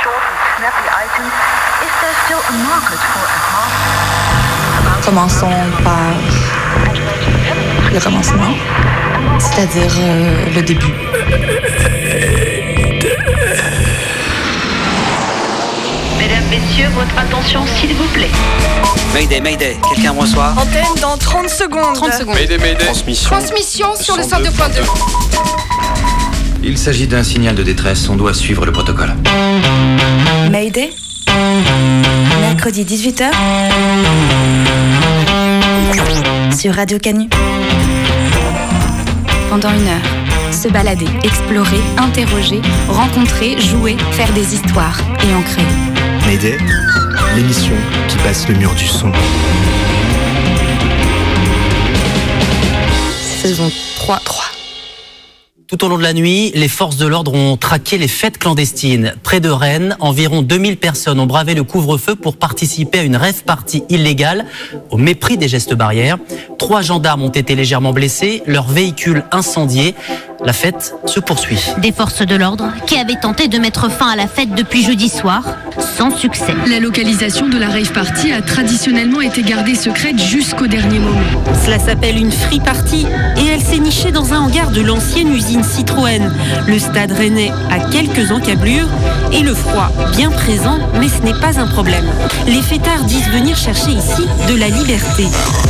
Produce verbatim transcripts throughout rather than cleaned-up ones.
Commençons par le commencement, c'est-à-dire euh, le début. Mesdames, Messieurs, votre attention s'il vous plaît. Mayday, Mayday, quelqu'un me reçoit? Antenne dans trente secondes. trente secondes. Mayday, Mayday. Transmission. Transmission sur le cent deux point deux. Il s'agit d'un signal de détresse, on doit suivre le protocole. Mayday, mercredi dix-huit heures sur Radio Canu. Pendant une heure, se balader, explorer, interroger, rencontrer, jouer, faire des histoires et en créer. Mayday, l'émission qui passe le mur du son. Saison trois. Tout au long de la nuit, les forces de l'ordre ont traqué les fêtes clandestines. Près de Rennes, environ deux mille personnes ont bravé le couvre-feu pour participer à une rave party illégale, au mépris des gestes barrières. Trois gendarmes ont été légèrement blessés, leur véhicule incendié. La fête se poursuit. Des forces de l'ordre qui avaient tenté de mettre fin à la fête depuis jeudi soir, sans succès. La localisation de la rave party a traditionnellement été gardée secrète jusqu'au dernier moment. Cela s'appelle une free party et elle s'est nichée dans un hangar de l'ancienne usine Citroën. Le stade rennais a quelques encablures et le froid bien présent, mais ce n'est pas un problème. Les fêtards disent venir chercher ici de la liberté.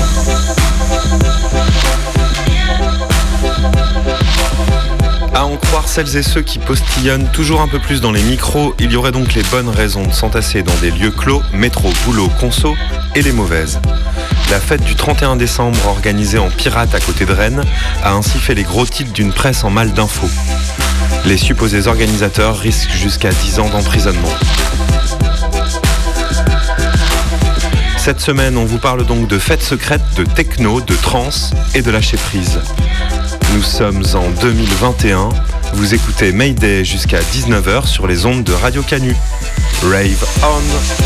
À en croire celles et ceux qui postillonnent toujours un peu plus dans les micros, il y aurait donc les bonnes raisons de s'entasser dans des lieux clos, métro, boulot, conso, et les mauvaises. La fête du trente et un décembre, organisée en pirate à côté de Rennes, a ainsi fait les gros titres d'une presse en mal d'infos. Les supposés organisateurs risquent jusqu'à dix ans d'emprisonnement. Cette semaine, on vous parle donc de fêtes secrètes, de techno, de trance et de lâcher prise. Nous sommes en deux mille vingt et un, vous écoutez Mayday jusqu'à dix-neuf heures sur les ondes de Radio Canu. Rave on!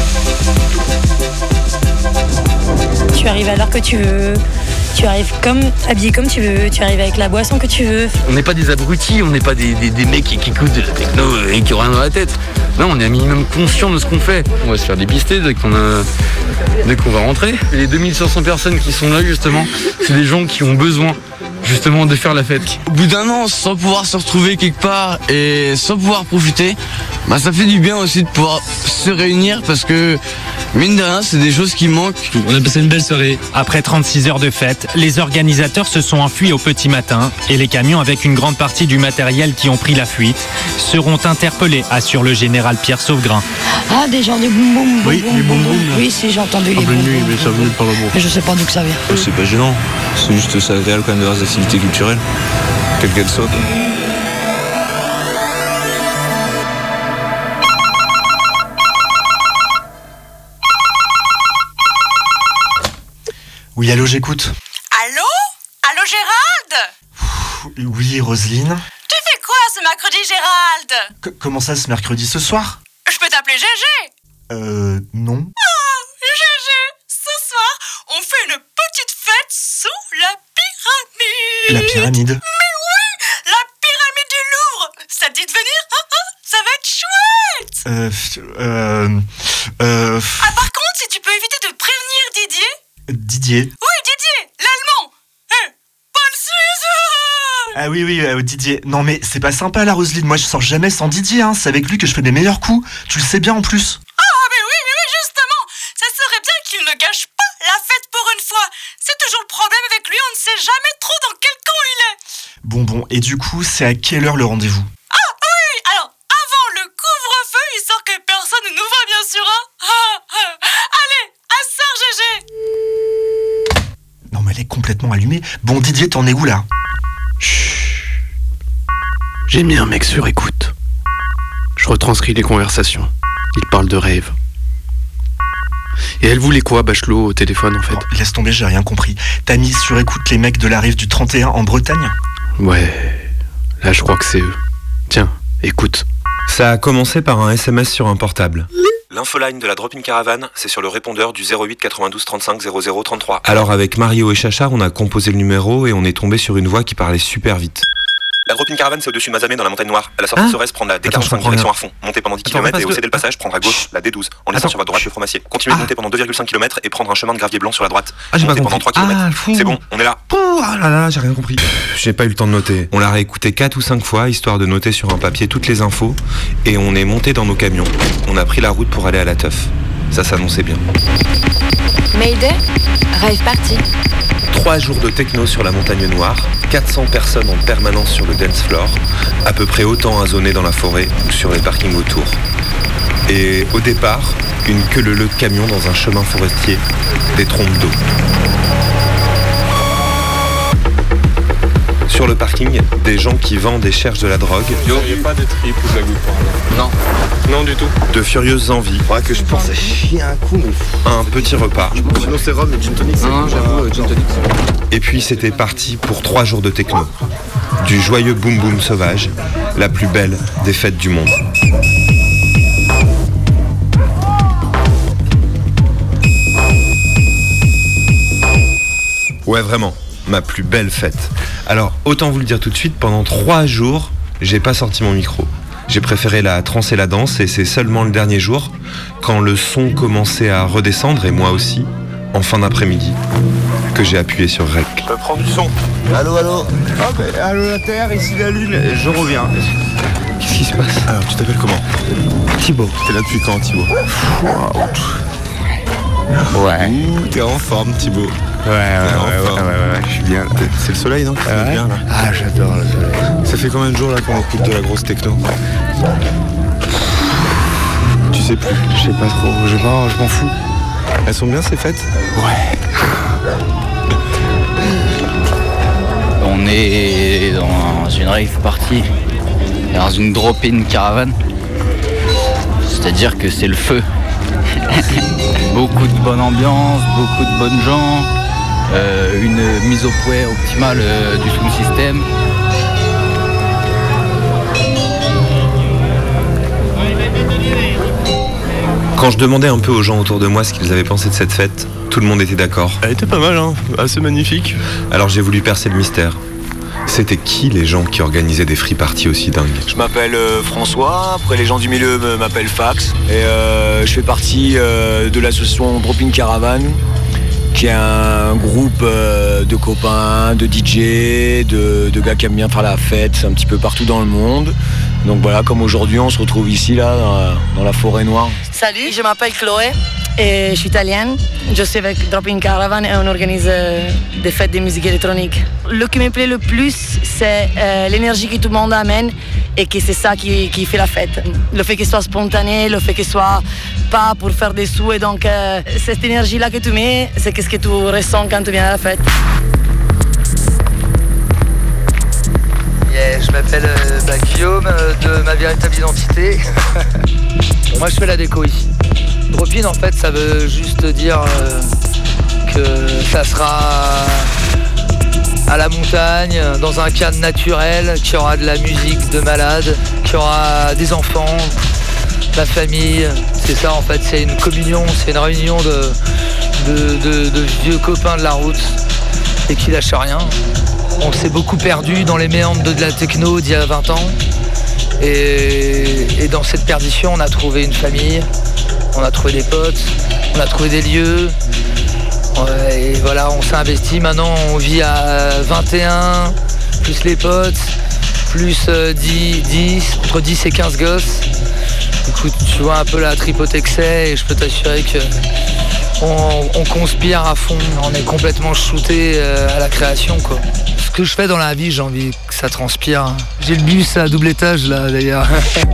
Tu arrives à l'heure que tu veux, tu arrives comme, habillé comme tu veux, tu arrives avec la boisson que tu veux. On n'est pas des abrutis, on n'est pas des, des, des mecs qui, qui écoutent de la techno et qui ont rien dans la tête. Non, on est un minimum conscient de ce qu'on fait. On va se faire dépister dès qu'on a, dès qu'on va rentrer. Les deux mille cinq cents personnes qui sont là justement, c'est des gens qui ont besoin justement de faire la fête. Au bout d'un an, sans pouvoir se retrouver quelque part et sans pouvoir profiter, bah ça fait du bien aussi de pouvoir se réunir parce que mine de rien, c'est des choses qui manquent. On a passé une belle soirée. Après trente-six heures de fête, les organisateurs se sont enfuis au petit matin et les camions avec une grande partie du matériel qui ont pris la fuite seront interpellés, assure le général Pierre Sauvegrain. Ah, des gens de boum boum boum. Oui, boum, les boum boum. Oui, si j'ai entendu les boum boum. nuit, mais ça venait par le bout. Mais je sais pas d'où que ça vient. C'est pas gênant. C'est juste ça agréable quand même de voir des activités culturelles, quelles qu'elles soient. Oui, allô, j'écoute. Allô? Allô, Gérald? Oui, Roselyne. Tu fais quoi ce mercredi, Gérald? C- comment ça, ce mercredi, ce soir? Je peux t'appeler Gégé? Euh, non. Oh, Gégé, ce soir, on fait une petite fête sous la pyramide. La pyramide? Mais oui, la pyramide du Louvre. Ça te dit de venir? Hein, hein, ça va être chouette. Euh, euh, euh... Ah, par contre, si tu peux éviter de prévenir Didier. Didier? Oui, Didier, l'allemand. Eh, pas le Suisse. Ah oui, oui, euh, Didier. Non mais c'est pas sympa la Roselyne, moi je sors jamais sans Didier, hein. C'est avec lui que je fais mes meilleurs coups. Tu le sais bien en plus. Ah mais oui, mais oui, justement. Ça serait bien qu'il ne gâche pas la fête pour une fois. C'est toujours le problème avec lui, on ne sait jamais trop dans quel camp il est. Bon bon, et du coup, c'est à quelle heure le rendez-vous? Ah oui, alors avant le couvre-feu, histoire que personne ne nous voit bien sûr, hein. Ah, ah. Allez, à soir, Gégé. Non mais elle est complètement allumée. Bon Didier, t'en es où là? Chut. J'ai mis un mec sur écoute. Je retranscris les conversations. Il parle de rêve. Et elle voulait quoi, Bachelot, au téléphone, en fait? Oh, laisse tomber, j'ai rien compris. T'as mis sur écoute les mecs de la rive du trente et un en Bretagne? Ouais, là je crois que c'est eux. Tiens, écoute. Ça a commencé par un S M S sur un portable. L'infoline de la Drop-in Caravane, c'est sur le répondeur du zéro huit quatre-vingt-douze trente-cinq zéro zéro trente-trois. Alors avec Mario et Chachar, on a composé le numéro et on est tombé sur une voix qui parlait super vite. La Drop-in Caravan, c'est au-dessus de Mazamet dans la montagne noire. À la sortie Hein de Sorès, prendre la D quarante-cinq Attends, direction à fond. Monter pendant dix Attends, kilomètres et parce au que- céder le passage, prendre à gauche la D douze. En laissant Attends. sur votre droite le Fromacier. Continuez de monter pendant deux virgule cinq kilomètres et prendre un chemin de gravier blanc sur la droite. Ah, j'ai pas Monter pendant compris. trois kilomètres. Ah, fou. C'est bon, on est là. Pouh, ah là là, j'ai rien compris. J'ai pas eu le temps de noter. On l'a réécouté quatre ou cinq fois, histoire de noter sur un papier toutes les infos. Et on est monté dans nos camions. On a pris la route pour aller à la teuf. Ça s'annonçait bien. Mayday, rave party. Trois jours de techno sur la montagne noire, quatre cents personnes en permanence sur le dance floor, à peu près autant à zoner dans la forêt ou sur les parkings autour. Et au départ, une queue leu-leu de camion dans un chemin forestier, des trompes d'eau. Sur le parking, des gens qui vendent et cherchent de la drogue. Yo, il n'y a pas de trip ou de la goutte par là. Non. Non du tout. De furieuses envies. Faudrait que je pense à chier un coup, mais... Un petit repas. Sinon c'est rhum et gin tonic. Non, j'avoue, gin tonic. Et puis c'était parti pour trois jours de techno. Du joyeux boom boom sauvage, la plus belle des fêtes du monde. Ouais, vraiment, ma plus belle fête. Alors, autant vous le dire tout de suite, pendant trois jours, j'ai pas sorti mon micro. J'ai préféré la trance et la danse, et c'est seulement le dernier jour, quand le son commençait à redescendre, et moi aussi, en fin d'après-midi, que j'ai appuyé sur Rec. Je peux prendre du son. Allô, allô. Ah bah, allô la Terre, ici la Lune, je reviens. Qu'est-ce qui se passe? Alors, tu t'appelles comment? Thibaut. T'es là depuis quand, Thibaut? Ouais. Ouh, t'es en forme, Thibaut. Ouais, ouais, ouais, ouais, ouais, ouais, je suis bien là. C'est le soleil, non? Ouais. Bien, là. Ah, j'adore le soleil. Ça fait combien de jours là qu'on écoute de la grosse techno? Tu sais plus? Je sais pas trop, je, m'en- je m'en fous. Elles sont bien ces fêtes? Ouais. On est dans une rave party, dans une drop-in caravane. C'est-à-dire que c'est le feu. Beaucoup de bonne ambiance, beaucoup de bonnes gens, euh, une mise au point optimale euh, du sound system. Quand je demandais un peu aux gens autour de moi ce qu'ils avaient pensé de cette fête, tout le monde était d'accord. Elle était pas mal, hein, assez magnifique. Alors j'ai voulu percer le mystère. C'était qui les gens qui organisaient des free parties aussi dingues? Je m'appelle euh, François, après les gens du milieu me- m'appellent Fax. Et euh, je fais partie euh, de l'association Drop-in Caravan, qui est un groupe euh, de copains, de D J, de, de gars qui aiment bien faire la fête un petit peu partout dans le monde. Donc voilà, comme aujourd'hui, on se retrouve ici, là, dans la, dans la forêt noire. Salut, je m'appelle Chloé et je suis italienne. Je suis avec Drop-in Caravan et on organise euh, des fêtes de musique électronique. Le qui me plaît le plus, c'est euh, l'énergie que tout le monde amène et que c'est ça qui, qui fait la fête. Le fait qu'il soit spontané, le fait qu'il soit pas pour faire des sous. Et donc, euh, cette énergie-là que tu mets, c'est ce que tu ressens quand tu viens à la fête. Yeah, je m'appelle euh, bah, Guillaume, euh, de ma véritable identité. Bon, moi je fais la déco ici. Drop-in en fait ça veut juste dire euh, que ça sera à la montagne, dans un cadre naturel, qu'il y aura de la musique de malade, qu'il y aura des enfants, la famille. C'est ça en fait, c'est une communion, c'est une réunion de, de, de, de vieux copains de la route et qui lâchent rien. On s'est beaucoup perdu dans les méandres de la techno d'il y a vingt ans. Et, et dans cette perdition, on a trouvé une famille, on a trouvé des potes, on a trouvé des lieux. Et voilà, on s'est investi. Maintenant, on vit à vingt et un, plus les potes, plus dix, dix, entre dix et quinze gosses. Écoute, tu vois un peu la tripote excès et je peux t'assurer que on, on conspire à fond. On est complètement shooté à la création, quoi. Ce que je fais dans la vie, j'ai envie que ça transpire. J'ai le bus à double étage là d'ailleurs.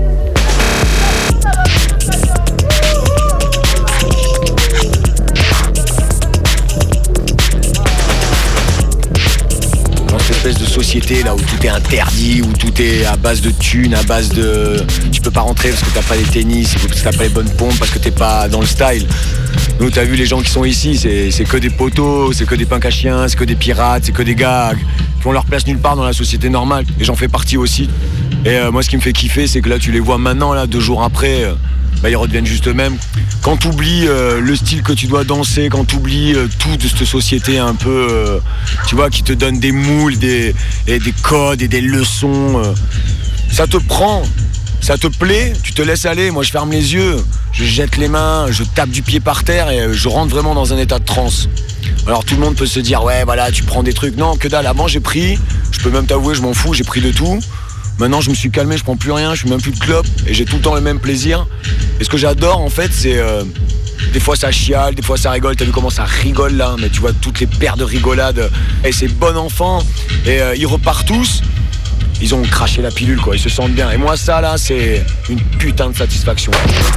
Dans cette espèce de société là où tout est interdit, où tout est à base de thunes, à base de... Tu peux pas rentrer parce que t'as pas les tennis, parce que t'as pas les bonnes pompes, parce que t'es pas dans le style. Nous t'as vu les gens qui sont ici, c'est, c'est que des poteaux, c'est que des punks à chiens, c'est que des pirates, c'est que des gars qui ont leur place nulle part dans la société normale. Et j'en fais partie aussi. Et euh, moi ce qui me fait kiffer, c'est que là tu les vois maintenant, là, deux jours après, euh, bah, ils redeviennent juste eux-mêmes. Quand tu oublies euh, le style que tu dois danser, quand tu oublies euh, tout de cette société un peu, euh, tu vois, qui te donne des moules, des, et des codes et des leçons, euh, ça te prend, ça te plaît, tu te laisses aller. Moi, je ferme les yeux, je jette les mains, je tape du pied par terre et je rentre vraiment dans un état de transe. Alors tout le monde peut se dire, ouais, voilà, tu prends des trucs. Non, que dalle, avant j'ai pris, je peux même t'avouer, je m'en fous, j'ai pris de tout. Maintenant, je me suis calmé, je prends plus rien, je fume même plus de clope et j'ai tout le temps le même plaisir. Et ce que j'adore, en fait, c'est... Euh, des fois, ça chiale, des fois, ça rigole. T'as vu comment ça rigole, là? Mais tu vois, toutes les paires de rigolades. Et c'est bon enfant. Et euh, ils repartent tous. Ils ont craché la pilule, quoi. Ils se sentent bien. Et moi, ça, là, c'est une putain de satisfaction.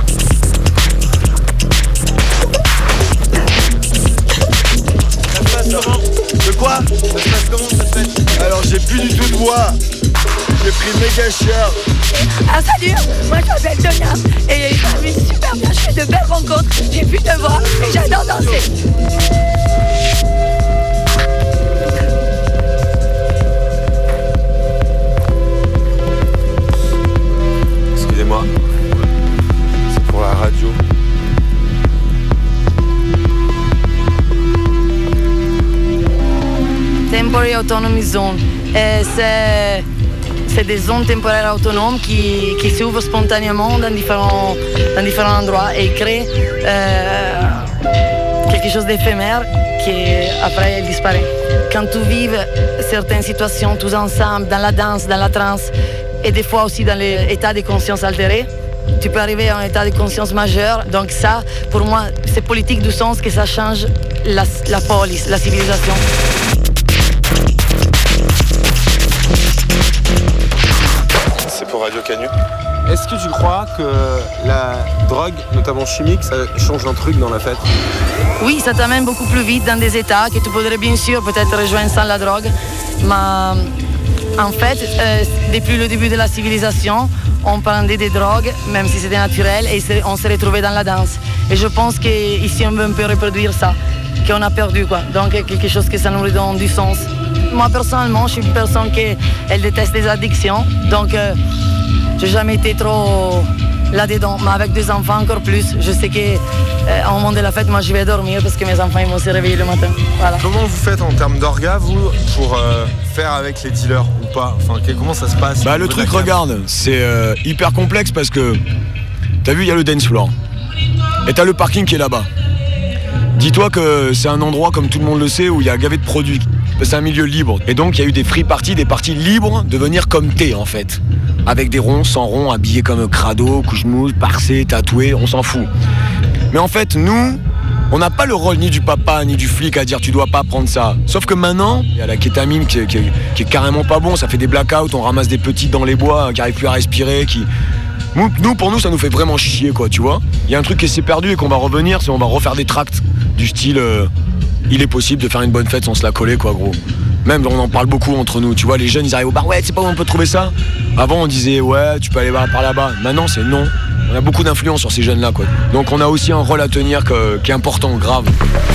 De quoi? Ça se passe comment cette fête? Alors j'ai plus du tout de voix. J'ai pris méga cher. Ah salut, moi je m'appelle Donia et je suis super bien, je fais de belles rencontres, j'ai plus de voix et j'adore danser. Excusez-moi, c'est pour la radio. Temporary Autonomy Zone. Et c'est, c'est des zones temporaires autonomes qui, qui s'ouvrent spontanément dans différents, dans différents endroits et créent euh, quelque chose d'éphémère qui après disparaît. Quand tu vis certaines situations tous ensemble, dans la danse, dans la transe et des fois aussi dans l'état de conscience altéré, tu peux arriver à un état de conscience majeur. Donc ça, pour moi, c'est politique du sens que ça change la, la police, la civilisation. Pour Radio Canu. Est-ce que tu crois que la drogue, notamment chimique, ça change un truc dans la fête? Oui, ça t'amène beaucoup plus vite dans des états que tu pourrais bien sûr peut-être rejoindre sans la drogue. Mais en fait, euh, depuis le début de la civilisation, on prenait des drogues, même si c'était naturel, et on se retrouvait dans la danse. Et je pense qu'ici, on veut un peu reproduire ça, qu'on a perdu, quoi. Donc, quelque chose que ça nous redonne du sens. Moi, personnellement, je suis une personne qui elle déteste les addictions. Donc, euh, j'ai jamais été trop là-dedans. Mais avec deux enfants, encore plus. Je sais qu'au euh, moment de la fête, moi, je vais dormir parce que mes enfants, ils vont se réveiller le matin. Voilà. Comment vous faites en termes d'orga, vous, pour euh, faire avec les dealers ou pas? Enfin, comment ça se passe? Bah, le truc, regarde, c'est euh, hyper complexe parce que, t'as vu, il y a le dance floor. Et t'as le parking qui est là-bas. Dis-toi que c'est un endroit, comme tout le monde le sait, où il y a gavé de produits. C'est un milieu libre. Et donc, il y a eu des free parties, des parties libres de venir comme t'es, en fait. Avec des ronds, sans ronds, habillés comme crado, couche-mousse, parcés, tatoués, on s'en fout. Mais en fait, nous, on n'a pas le rôle ni du papa, ni du flic à dire tu dois pas prendre ça. Sauf que maintenant, il y a la kétamine qui est, qui, est, qui est carrément pas bon. Ça fait des blackouts, on ramasse des petites dans les bois, qui n'arrivent plus à respirer, qui... Nous, pour nous, ça nous fait vraiment chier, quoi, tu vois. Il y a un truc qui s'est perdu et qu'on va revenir, c'est on va refaire des tracts du style euh, il est possible de faire une bonne fête sans se la coller, quoi, gros. Même, on en parle beaucoup entre nous, tu vois, les jeunes, ils arrivent au bar, ouais, tu sais pas où on peut trouver ça? Avant, on disait, ouais, tu peux aller par là-bas. Maintenant, c'est non. On a beaucoup d'influence sur ces jeunes-là, quoi. Donc, on a aussi un rôle à tenir que, qui est important, grave.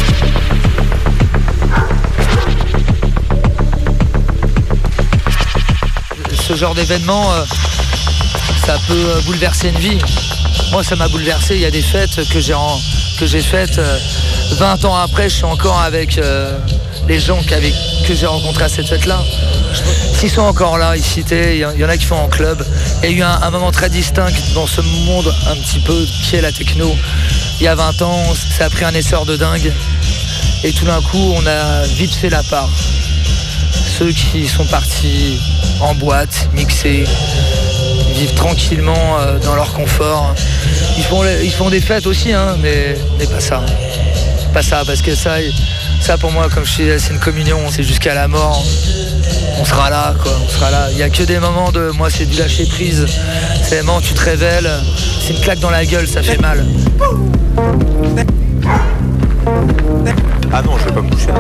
Ce genre d'événement, euh, ça peut bouleverser une vie. Moi, ça m'a bouleversé. Il y a des fêtes que j'ai, en, que j'ai faites euh, vingt ans après, je suis encore avec euh, les gens qu'avec, que j'ai rencontrés à cette fête-là. S'ils sont encore là, ils citaient, il y en a qui font en club. Il y a eu un, un moment très distinct dans ce monde un petit peu qui est la techno. Il y a vingt ans, ça a pris un essor de dingue. Et tout d'un coup, on a vite fait la part. Ceux qui sont partis en boîte, mixés, vivent tranquillement euh, dans leur confort. Ils font, ils font des fêtes aussi, hein, mais, mais pas ça. Pas ça, parce que ça, ça pour moi, comme je dis, c'est une communion, c'est jusqu'à la mort. On sera là, quoi, on sera là. Il n'y a que des moments de, moi, c'est du lâcher prise. C'est des moments où tu te révèles, c'est une claque dans la gueule, ça fait mal. Ah non, je vais pas me coucher.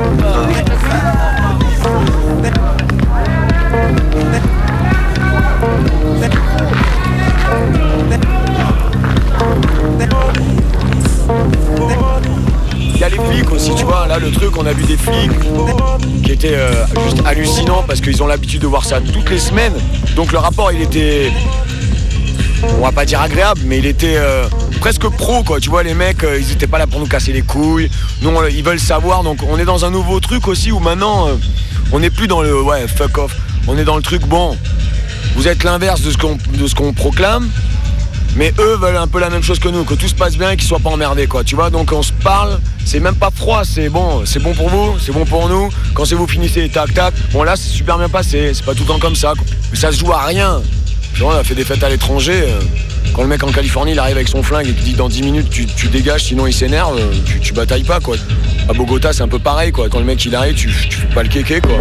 Il y a les flics aussi, tu vois, là le truc, on a vu des flics qui étaient euh, juste hallucinants parce qu'ils ont l'habitude de voir ça toutes les semaines. Donc le rapport, il était on va pas dire agréable, mais il était euh, presque pro, quoi. Tu vois, les mecs, euh, ils étaient pas là pour nous casser les couilles. Nous, on, ils veulent savoir. Donc, on est dans un nouveau truc aussi où maintenant, euh, on n'est plus dans le ouais, fuck off. On est dans le truc, bon, vous êtes l'inverse de ce qu'on, de ce qu'on proclame, mais eux veulent un peu la même chose que nous, que tout se passe bien et qu'ils soient pas emmerdés, quoi. Tu vois, donc on se parle, c'est même pas froid, c'est bon, c'est bon pour vous, c'est bon pour nous. Quand c'est vous finissez, tac tac. Bon là, c'est super bien passé, c'est pas tout le temps comme ça, quoi. Mais ça se joue à rien. Genre, on a fait des fêtes à l'étranger. Euh, quand le mec en Californie, il arrive avec son flingue et qu'il dit dans dix minutes, tu, tu dégages, sinon il s'énerve, tu, tu batailles pas, quoi. À Bogota, c'est un peu pareil, quoi. Quand le mec il arrive, tu, tu fais pas le kéké, quoi.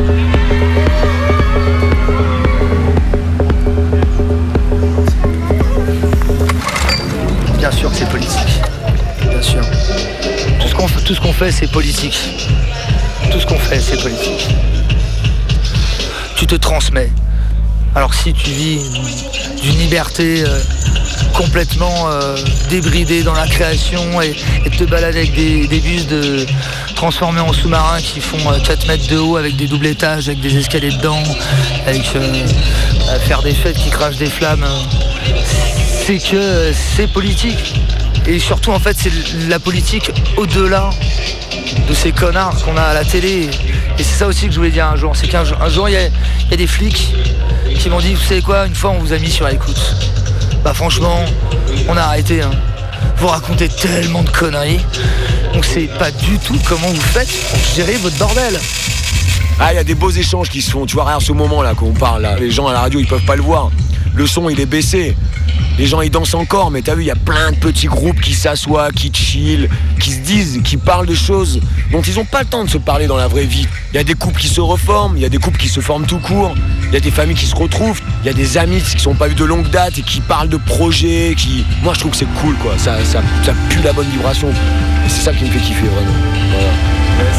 Bien sûr que c'est politique. Bien sûr. Tout ce qu'on, tout ce qu'on fait, c'est politique. Tout ce qu'on fait, c'est politique. Tu te transmets. Alors si tu vis d'une liberté euh, complètement euh, débridée dans la création et, et te balades avec des, des bus de, transformés en sous-marins qui font euh, quatre mètres de haut avec des doubles étages, avec des escaliers dedans, avec euh, à faire des fêtes qui crachent des flammes, euh, c'est que euh, c'est politique. Et surtout en fait c'est la politique au-delà de ces connards qu'on a à la télé. Et c'est ça aussi que je voulais dire un jour, c'est qu'un jour, un jour il y, y a des flics qui m'ont dit, vous savez quoi, une fois on vous a mis sur l'écoute. Bah franchement, on a arrêté. Hein. Vous racontez tellement de conneries, donc c'est pas du tout comment vous faites pour gérer votre bordel. Ah, il y a des beaux échanges qui se font, tu vois, regarde ce moment-là qu'on parle, là. Les gens à la radio, ils peuvent pas le voir. Le son, il est baissé. Les gens, ils dansent encore, mais t'as vu, il y a plein de petits groupes qui s'assoient, qui chillent, qui se disent, qui parlent de choses dont ils ont pas le temps de se parler dans la vraie vie. Il y a des couples qui se reforment, il y a des couples qui se forment tout court, il y a des familles qui se retrouvent, il y a des amis qui sont pas vus de longue date et qui parlent de projets, qui... Moi, je trouve que c'est cool, quoi. Ça, ça, ça pue la bonne vibration. Et c'est ça qui me fait kiffer, vraiment. Voilà. Yes.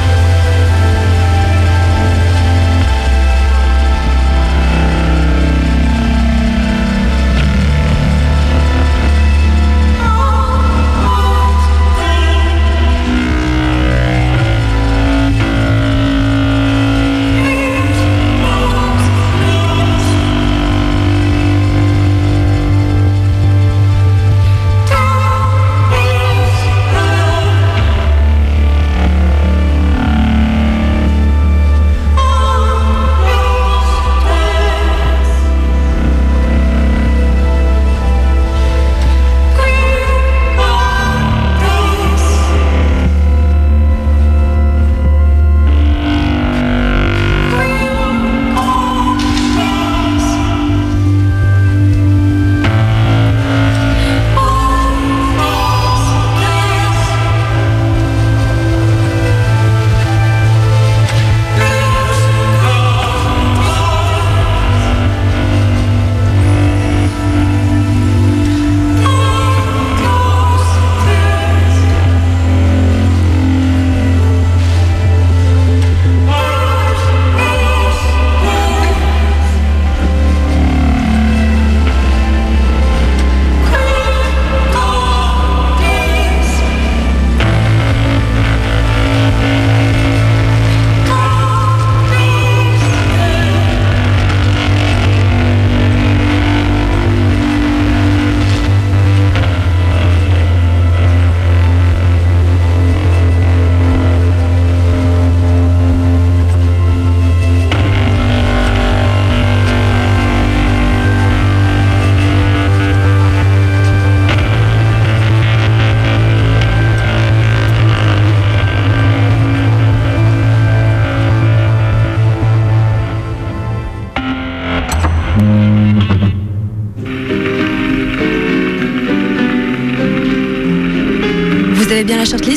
Vous avez bien la shortlist ?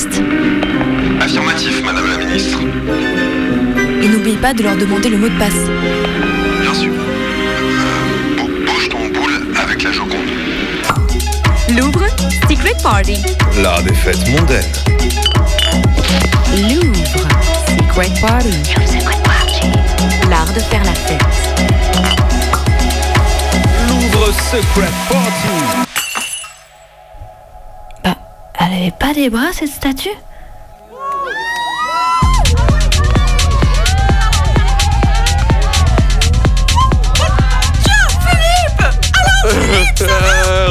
Affirmatif, Madame la Ministre. Et n'oubliez pas de leur demander le mot de passe. Bien sûr. Euh, bouge ton boule avec la Joconde. Louvre, Secret Party. L'art des fêtes mondaines. Louvre, Secret Party. Secret Party. L'art de faire la fête. Louvre Secret Party. Bah, elle avait pas des bras, cette statue ? Tiens, Philippe ! Alors, Philippe, ça va ?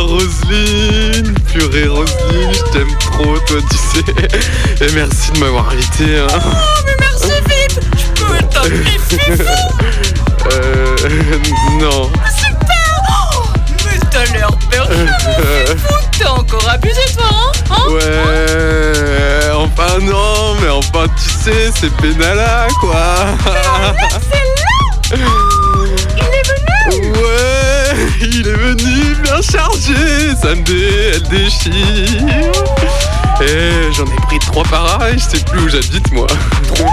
Roselyne, purée Roselyne, je t'aime trop, toi, tu sais. Et merci de m'avoir invité. Hein. Oh, mais merci vite. Je peux t'appeler Fifou. Euh... Non. Super. Oh, mais t'as l'air perché, mon Fifou. T'es encore abusé, toi, hein, hein Ouais, enfin non, mais enfin, tu sais, c'est Benalla, quoi. C'est là. Il est venu. Ouais, il est venu bien chargé, Sunday, elle déchire. Et j'en ai pris trois pareils, je sais plus où j'habite, moi. Trois.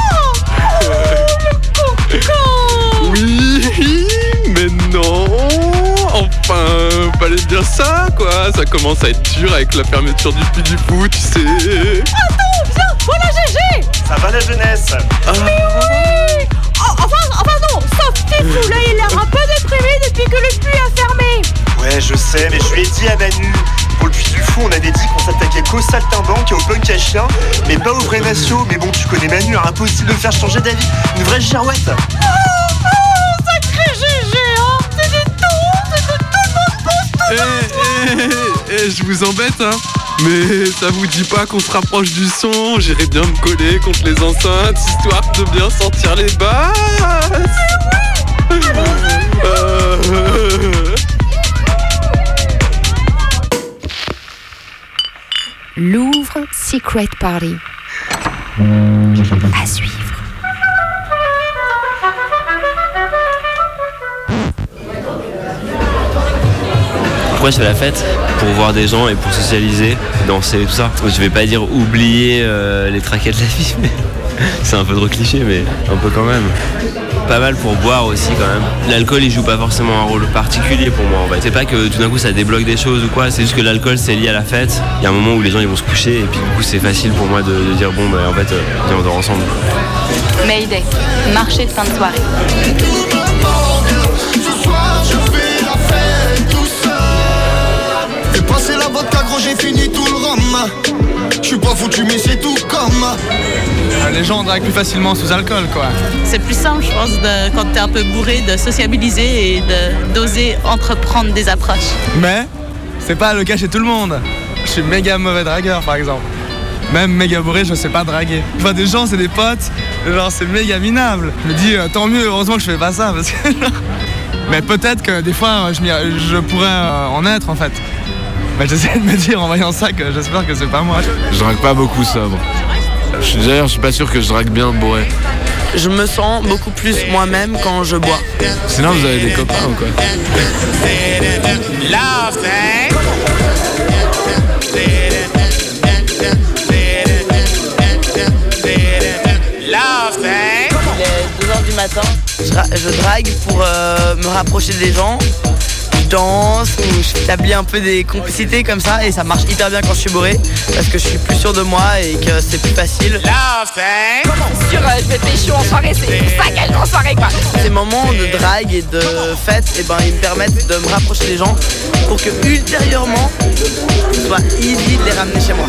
Oh, le coco. Oui, mais non. Enfin, fallait dire ça, quoi. Ça commence à être dur avec la fermeture du Puy du Fou, tu sais. Attends, viens, voilà Gégé. Ça va la jeunesse? Ah. Mais oui. Oh, enfin, enfin non, sauf Fifou, là, il a l'air un peu déprimé depuis que le puits a fermé. Ouais, je sais, mais je lui ai dit à Manu. Pour le Puy du Fou, on avait dit qu'on s'attaquait qu'aux saltimbanques et aux punk à chiens, mais pas aux vrais nationaux. Mais bon, tu connais Manu, impossible de le faire changer d'avis. Une vraie girouette. Oh, oh, sacré Gégé, hein. C'était tout, c'était tout le monde. Eh, eh, eh, je vous embête, hein. Mais ça vous dit pas qu'on se rapproche du son? J'irai bien me coller contre les enceintes, histoire de bien sentir les basses. euh... Louvre Secret Party. À suivre. Pourquoi je fais la fête? Pour voir des gens et pour socialiser, danser et tout ça. Je vais pas dire oublier euh, les tracas de la vie, mais c'est un peu trop cliché, mais un peu quand même. Pas mal pour boire aussi quand même. L'alcool il joue pas forcément un rôle particulier pour moi en fait. C'est pas que tout d'un coup ça débloque des choses ou quoi, c'est juste que l'alcool c'est lié à la fête. Il y a un moment où les gens ils vont se coucher et puis du coup c'est facile pour moi de, de dire bon bah en fait euh, viens on dort ensemble. Mayday, marché de fin de soirée. Ce soir je fais la fête tout seul. J'ai passé la vodka gros, j'ai fini tout le rhum. Je suis pas foutu mais c'est tout comme. Les gens draguent plus facilement sous alcool quoi. C'est plus simple je pense de, quand t'es un peu bourré de sociabiliser et de, d'oser entreprendre des approches. Mais c'est pas le cas chez tout le monde. Je suis méga mauvais dragueur par exemple. Même méga bourré je sais pas draguer. Je vois des gens c'est des potes, genre c'est méga minable. Je me dis euh, tant mieux, heureusement que je fais pas ça parce que mais peut-être que des fois je, je pourrais euh, en être en fait. Mais j'essaie de me dire en voyant ça que j'espère que c'est pas moi. Je drague pas beaucoup sobre. D'ailleurs, je suis pas sûr que je drague bien bourré. Je me sens beaucoup plus moi-même quand je bois. Sinon, vous avez des copains ou quoi? Il est deux heures du matin. Je, ra- je drague pour euh, me rapprocher des gens. Je danse ou je établis un peu des complicités comme ça et ça marche hyper bien quand je suis bourré parce que je suis plus sûr de moi et que c'est plus facile. Sur euh, je vais pécho en soirée, c'est ça qu'elle en soirée quoi. Ces moments de drague et de fête, et ben, ils me permettent de me rapprocher des gens pour que ultérieurement, ce soit easy de les ramener chez moi.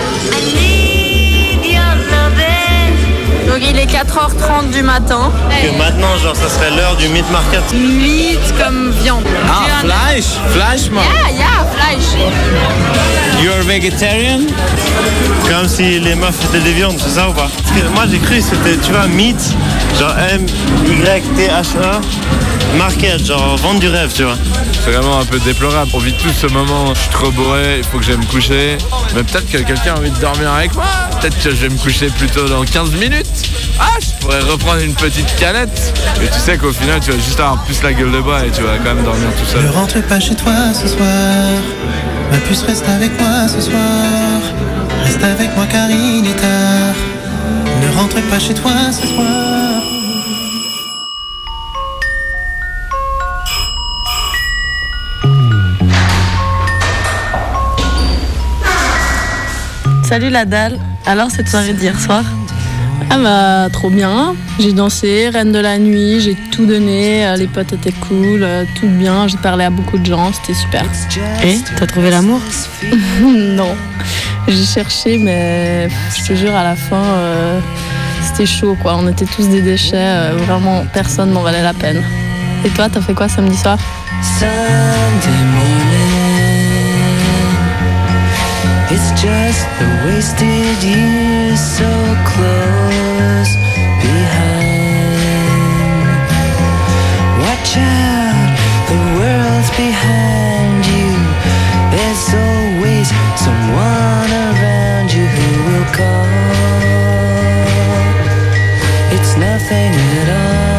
Donc il est quatre heures trente du matin. Que maintenant, genre, ça serait l'heure du meat market. Meat comme viande. Ah, Fleisch? Fleisch, man. Yeah, yeah, Fleisch. You're vegetarian? Comme si les meufs étaient des viandes, c'est ça ou pas? Parce que moi j'ai cru que c'était, tu vois, meat, genre M Y T H A, market, genre vendre du rêve, tu vois. C'est vraiment un peu déplorable. On vit tous ce moment, je suis trop bourré, il faut que j'aille me coucher. Mais peut-être que quelqu'un a envie de dormir avec moi. Peut-être que je vais me coucher plutôt dans quinze minutes. Ah, je pourrais reprendre une petite canette. Et tu sais qu'au final, tu vas juste avoir plus la gueule de bois et tu vas quand même dormir tout seul. Ne rentre pas chez toi ce soir. Ma puce, reste avec moi ce soir. Reste avec moi car il est tard. Ne rentre pas chez toi ce soir. Salut la dalle. Alors cette soirée d'hier soir? Ah bah trop bien, j'ai dansé, reine de la nuit, j'ai tout donné, les potes étaient cool, tout bien, j'ai parlé à beaucoup de gens, c'était super. Et t'as trouvé l'amour? Non, j'ai cherché mais je te jure à la fin euh, c'était chaud quoi, on était tous des déchets, euh, vraiment personne n'en valait la peine. Et toi t'as fait quoi samedi soir? Sunday morning, It's just the wasted years so close behind. Watch out, the world's behind you. There's always someone around you who will call. It's nothing at all.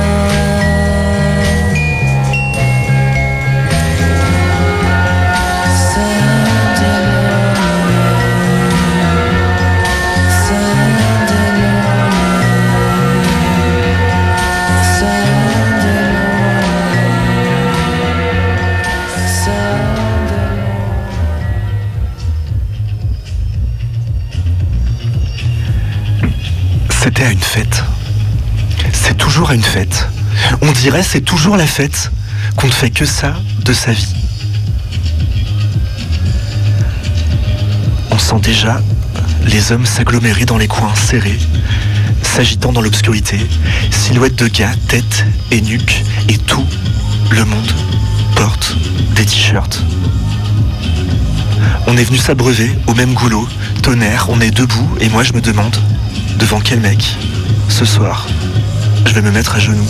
C'était à une fête. C'est toujours à une fête. On dirait c'est toujours la fête, qu'on ne fait que ça de sa vie. On sent déjà les hommes s'agglomérer dans les coins serrés, s'agitant dans l'obscurité, silhouettes de gars, tête et nuque, et tout le monde porte des t-shirts. On est venu s'abreuver au même goulot, tonnerre, on est debout, et moi je me demande, devant quel mec, ce soir, je vais me mettre à genoux.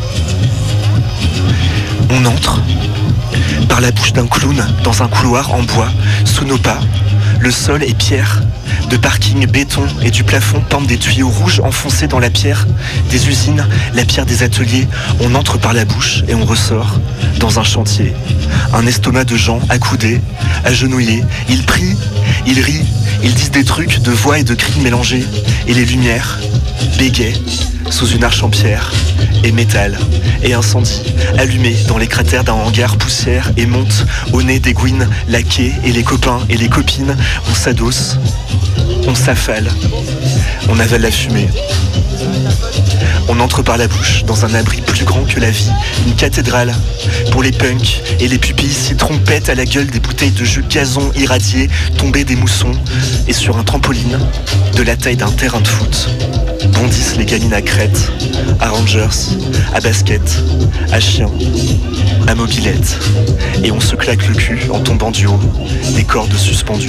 On entre par la bouche d'un clown dans un couloir en bois, sous nos pas, le sol est pierre, de parking béton et du plafond pendent des tuyaux rouges enfoncés dans la pierre des usines, la pierre des ateliers. On entre par la bouche et on ressort dans un chantier. Un estomac de gens accoudés, agenouillés, ils prient, ils rient, ils disent des trucs de voix et de cris mélangés, et les lumières bégayent sous une arche en pierre et métal et incendie, allumés dans les cratères d'un hangar poussière et montent au nez des gouines laquées, et les copains et les copines, on s'adosse, on s'affale, on avale la fumée. On entre par la bouche dans un abri plus grand que la vie, une cathédrale pour les punks et les pupilles s'y trompettent à la gueule des bouteilles de jus gazon irradiées, tombées des moussons, et sur un trampoline de la taille d'un terrain de foot bondissent les gamines à crête, à rangers, à basket, à chien, à mobilette, et on se claque le cul en tombant du haut des cordes suspendues.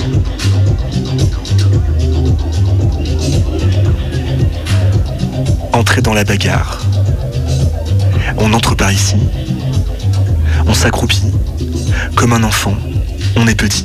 Entrer dans la bagarre. On entre par ici. On s'accroupit. Comme un enfant. On est petit.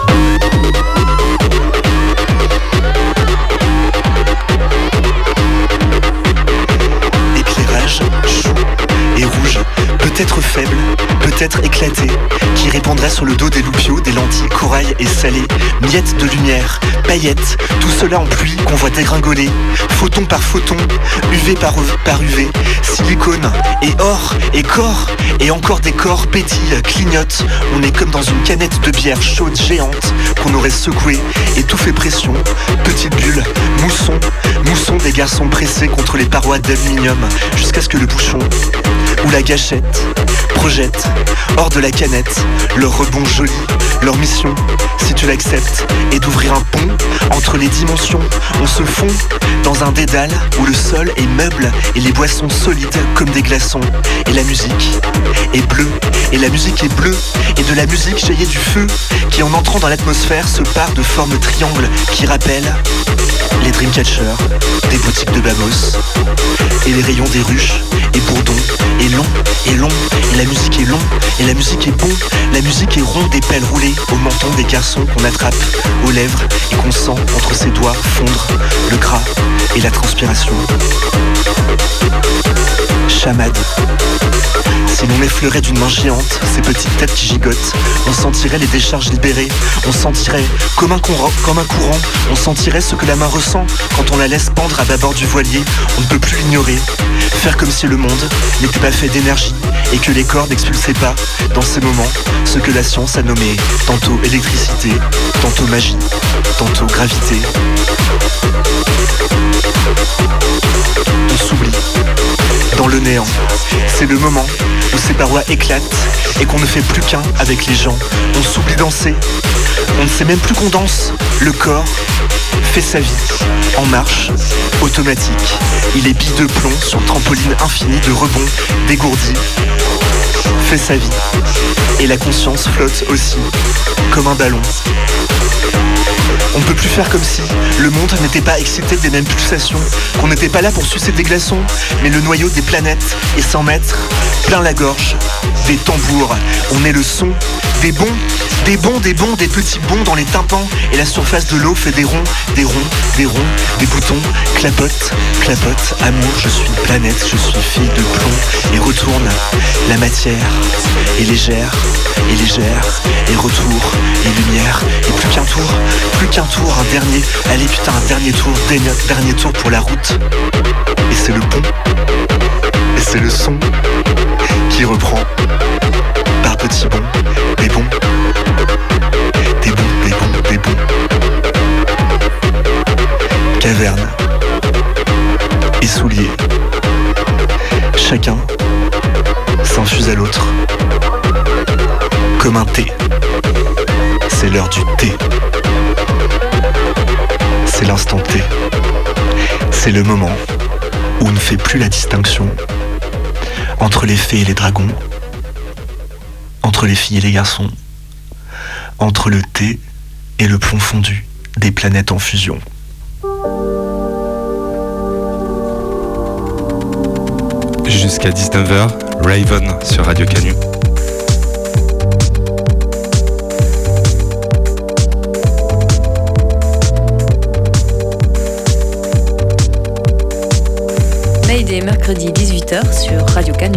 Éclairage chaud et rouge, peut-être faible, peut-être éclaté, qui répandrait sur le dos des loupiaux des lentilles corail et salées, miettes de lumière, paillettes, tout cela en pluie qu'on voit dégringoler, photon par photon, U V par, par U V, silicone et or et corps, et encore des corps pétillent, clignotent. On est comme dans une canette de bière chaude géante qu'on aurait secouée et tout fait pression, petite bulle, mousson, mousson des garçons pressés contre les parois d'aluminium, jusqu'à ce que le bouchon ou la gâchette projette hors de la canette leur rebond joli, leur mission, si tu l'acceptes, est d'ouvrir un pont entre les dimensions. On se fond dans un dédale où le sol est meuble et les boissons solides comme des glaçons. Et la musique est bleue, et la musique est bleue, et de la musique jaillit du feu qui, en entrant dans l'atmosphère, se part de formes triangles qui rappellent les dreamcatchers des boutiques de Bamos, et les rayons des ruches et bourdons, et long, et long, et la musique est long, et la musique est bon, la musique est ronde des pelles roulées au menton des garçons qu'on attrape aux lèvres et qu'on sent entre ses doigts fondre le gras et la transpiration. Chamade. Si l'on effleurait d'une main géante ces petites têtes qui gigotent, on sentirait les décharges libérées, on sentirait comme un, courant, comme un courant, on sentirait ce que la main ressent quand on la laisse pendre à bâbord du voilier. On ne peut plus l'ignorer, faire comme si le monde n'était pas fait d'énergie et que les corps n'expulsaient pas, dans ces moments, ce que la science a nommé tantôt électricité, tantôt magie, tantôt gravité. On s'oublie dans le néant. C'est le moment où ces parois éclatent et qu'on ne fait plus qu'un avec les gens. On s'oublie danser. On ne sait même plus qu'on danse. Le corps fait sa vie en marche automatique. Il est bille de plomb sur trampoline infinie de rebond dégourdi. Fait sa vie. Et la conscience flotte aussi, comme un ballon. On ne peut plus faire comme si le monde n'était pas excité des mêmes pulsations, qu'on n'était pas là pour sucer des glaçons, mais le noyau des planètes et cent mètres, plein la gorge, des tambours. On est le son, des bons, des bons, des bons, des petits bons dans les tympans, et la surface de l'eau fait des ronds, des ronds, des ronds, des boutons, clapote, clapote, amour, je suis planète, je suis fille de plomb, et retourne, la matière est légère, et légère, et retour, et lumière, et plus qu'un tour, plus qu'un tour, un dernier, allez putain, un dernier tour, dernier, dernier tour pour la route, et c'est le pont, et c'est le son qui reprend, par petits bons, des bons, des bons, des bons, des bons, caverne, et souliers, chacun s'infuse à l'autre, comme un thé, c'est l'heure du thé, c'est l'instant T, c'est le moment où on ne fait plus la distinction entre les fées et les dragons, entre les filles et les garçons, entre le thé et le plomb fondu des planètes en fusion. Jusqu'à dix-neuf heures, Raven sur Radio Canu. Mayday, mercredi dix-huit heures sur Radio Canu.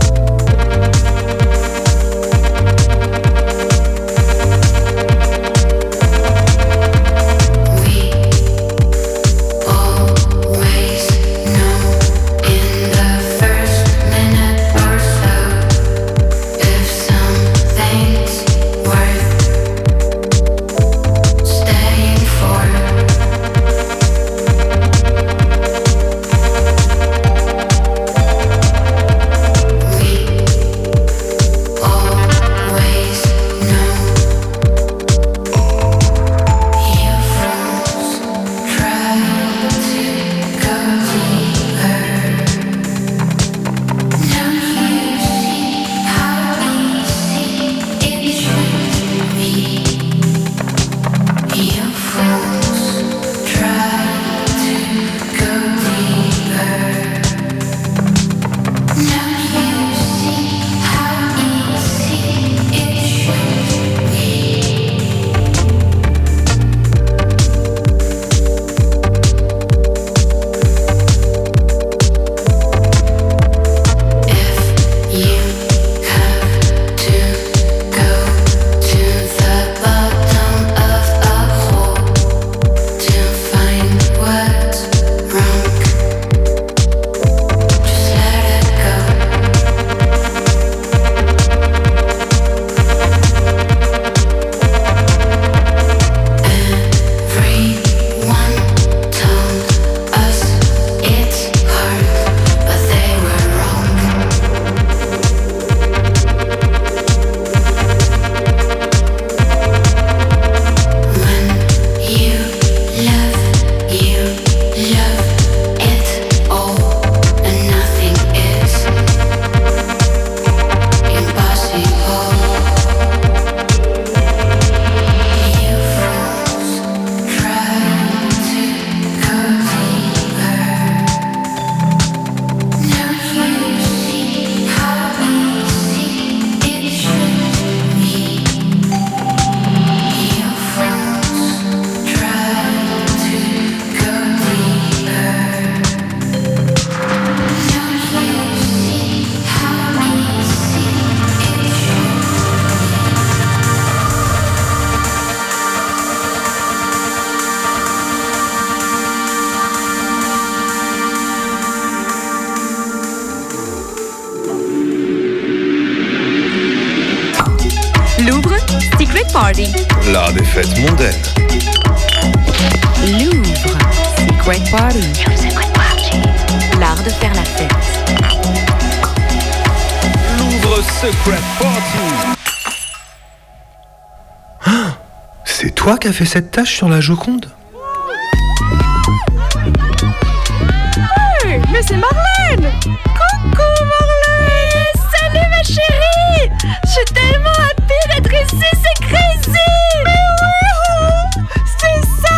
Party. L'art des fêtes mondaines. Louvre. Secret Party. Secret Party. L'art de faire la fête. Louvre Secret Party. Ah, c'est toi qui as fait cette tâche sur la Joconde? Hey, mais c'est Marlène! Coucou Marlène! Salut ma chérie! Je suis tellement happy d'être ici, c'est crazy! Mais oui! C'est ça!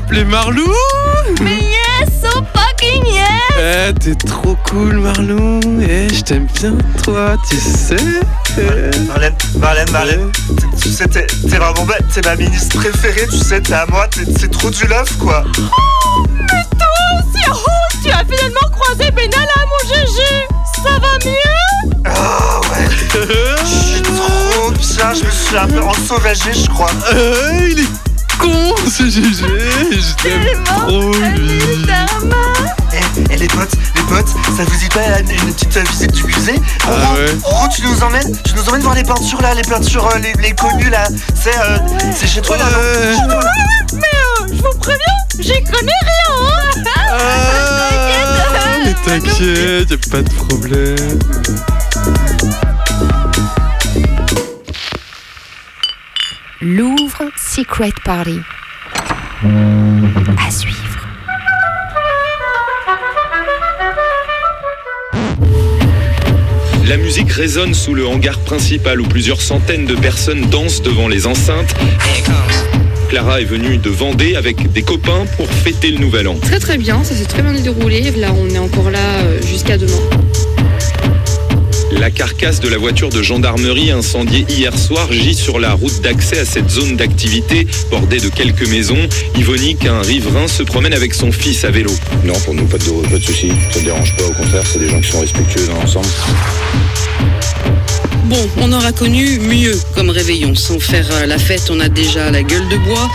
m'appeler Marlou. Mais yes, so fucking yes. Eh, t'es trop cool, Marlou. Eh, je t'aime bien, toi, tu sais. Marlène, Marlène, Marlène, tu sais, t'es, t'es vraiment belle, t'es ma ministre préférée, tu sais, t'es à moi, t'es, c'est trop du love, quoi. Oh, mais toi aussi, oh, tu as finalement croisé Benalla, mon Gégé. Ça va mieux? Ah ouais. Je suis trop bien, je me suis un peu ensauvagé, je crois. Euh, il est con, ce Gégé. Je t'aime trop, lui. Eh, hey, les potes, les potes, ça vous dit pas une, une petite visite du musée? Ah Oro, ouais. Oro, tu nous emmènes, tu nous emmènes voir les peintures là, les peintures, euh, les, les connues là. C'est, euh, c'est chez toi là, euh... non? Chez toi, là. Mais euh, je vous préviens, j'y connais rien, hein. Ah, mais t'inquiète, y'a pas de problème. Louvre Secret Party. À suivre. La musique résonne sous le hangar principal où plusieurs centaines de personnes dansent devant les enceintes. Clara est venue de Vendée avec des copains pour fêter le nouvel an. Très très bien, ça s'est très bien déroulé. Là, on est encore là euh, jusqu'à demain. La carcasse de la voiture de gendarmerie incendiée hier soir gît sur la route d'accès à cette zone d'activité bordée de quelques maisons. Yvonique, un riverain, se promène avec son fils à vélo. Non, pour nous, pas de, pas de soucis. Ça ne dérange pas, au contraire, c'est des gens qui sont respectueux dans l'ensemble. Bon, on aura connu mieux comme réveillon. Sans faire la fête, on a déjà la gueule de bois.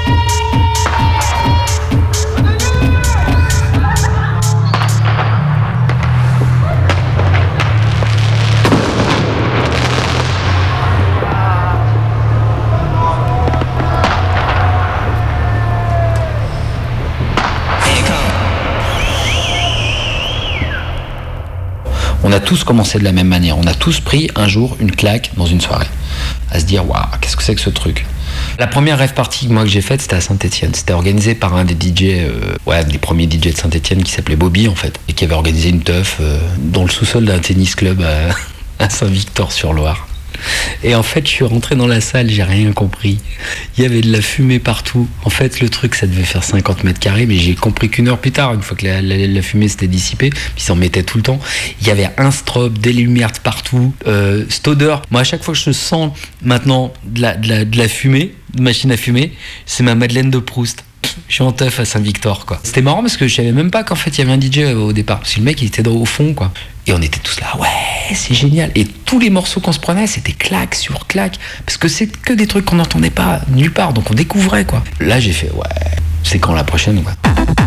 On a tous commencé de la même manière. On a tous pris un jour une claque dans une soirée. À se dire, waouh, qu'est-ce que c'est que ce truc? La première rave party moi, que j'ai faite, c'était à Saint-Etienne. C'était organisé par un des D J, euh, ouais, des premiers D J de Saint-Etienne qui s'appelait Bobby, en fait. Et qui avait organisé une teuf euh, dans le sous-sol d'un tennis club à, à Saint-Victor-sur-Loire. Et en fait, je suis rentré dans la salle, j'ai rien compris. Il y avait de la fumée partout. En fait, le truc, ça devait faire cinquante mètres carrés, mais j'ai compris qu'une heure plus tard, une fois que la, la, la fumée s'était dissipée, puis ils s'en mettaient tout le temps, il y avait un strobe, des lumières de partout, euh, cette odeur. Moi, à chaque fois que je sens maintenant de la, de la, de la fumée, de machine à fumer, c'est ma Madeleine de Proust. Je suis en teuf à Saint-Victor, quoi. C'était marrant parce que je savais même pas qu'en fait il y avait un D J au départ. Parce que le mec il était dans, au fond, quoi. Et on était tous là, ouais, c'est génial. Et tous les morceaux qu'on se prenait, c'était claque sur claque. Parce que c'est que des trucs qu'on n'entendait pas nulle part. Donc on découvrait, quoi. Là j'ai fait, ouais, c'est quand la prochaine, quoi.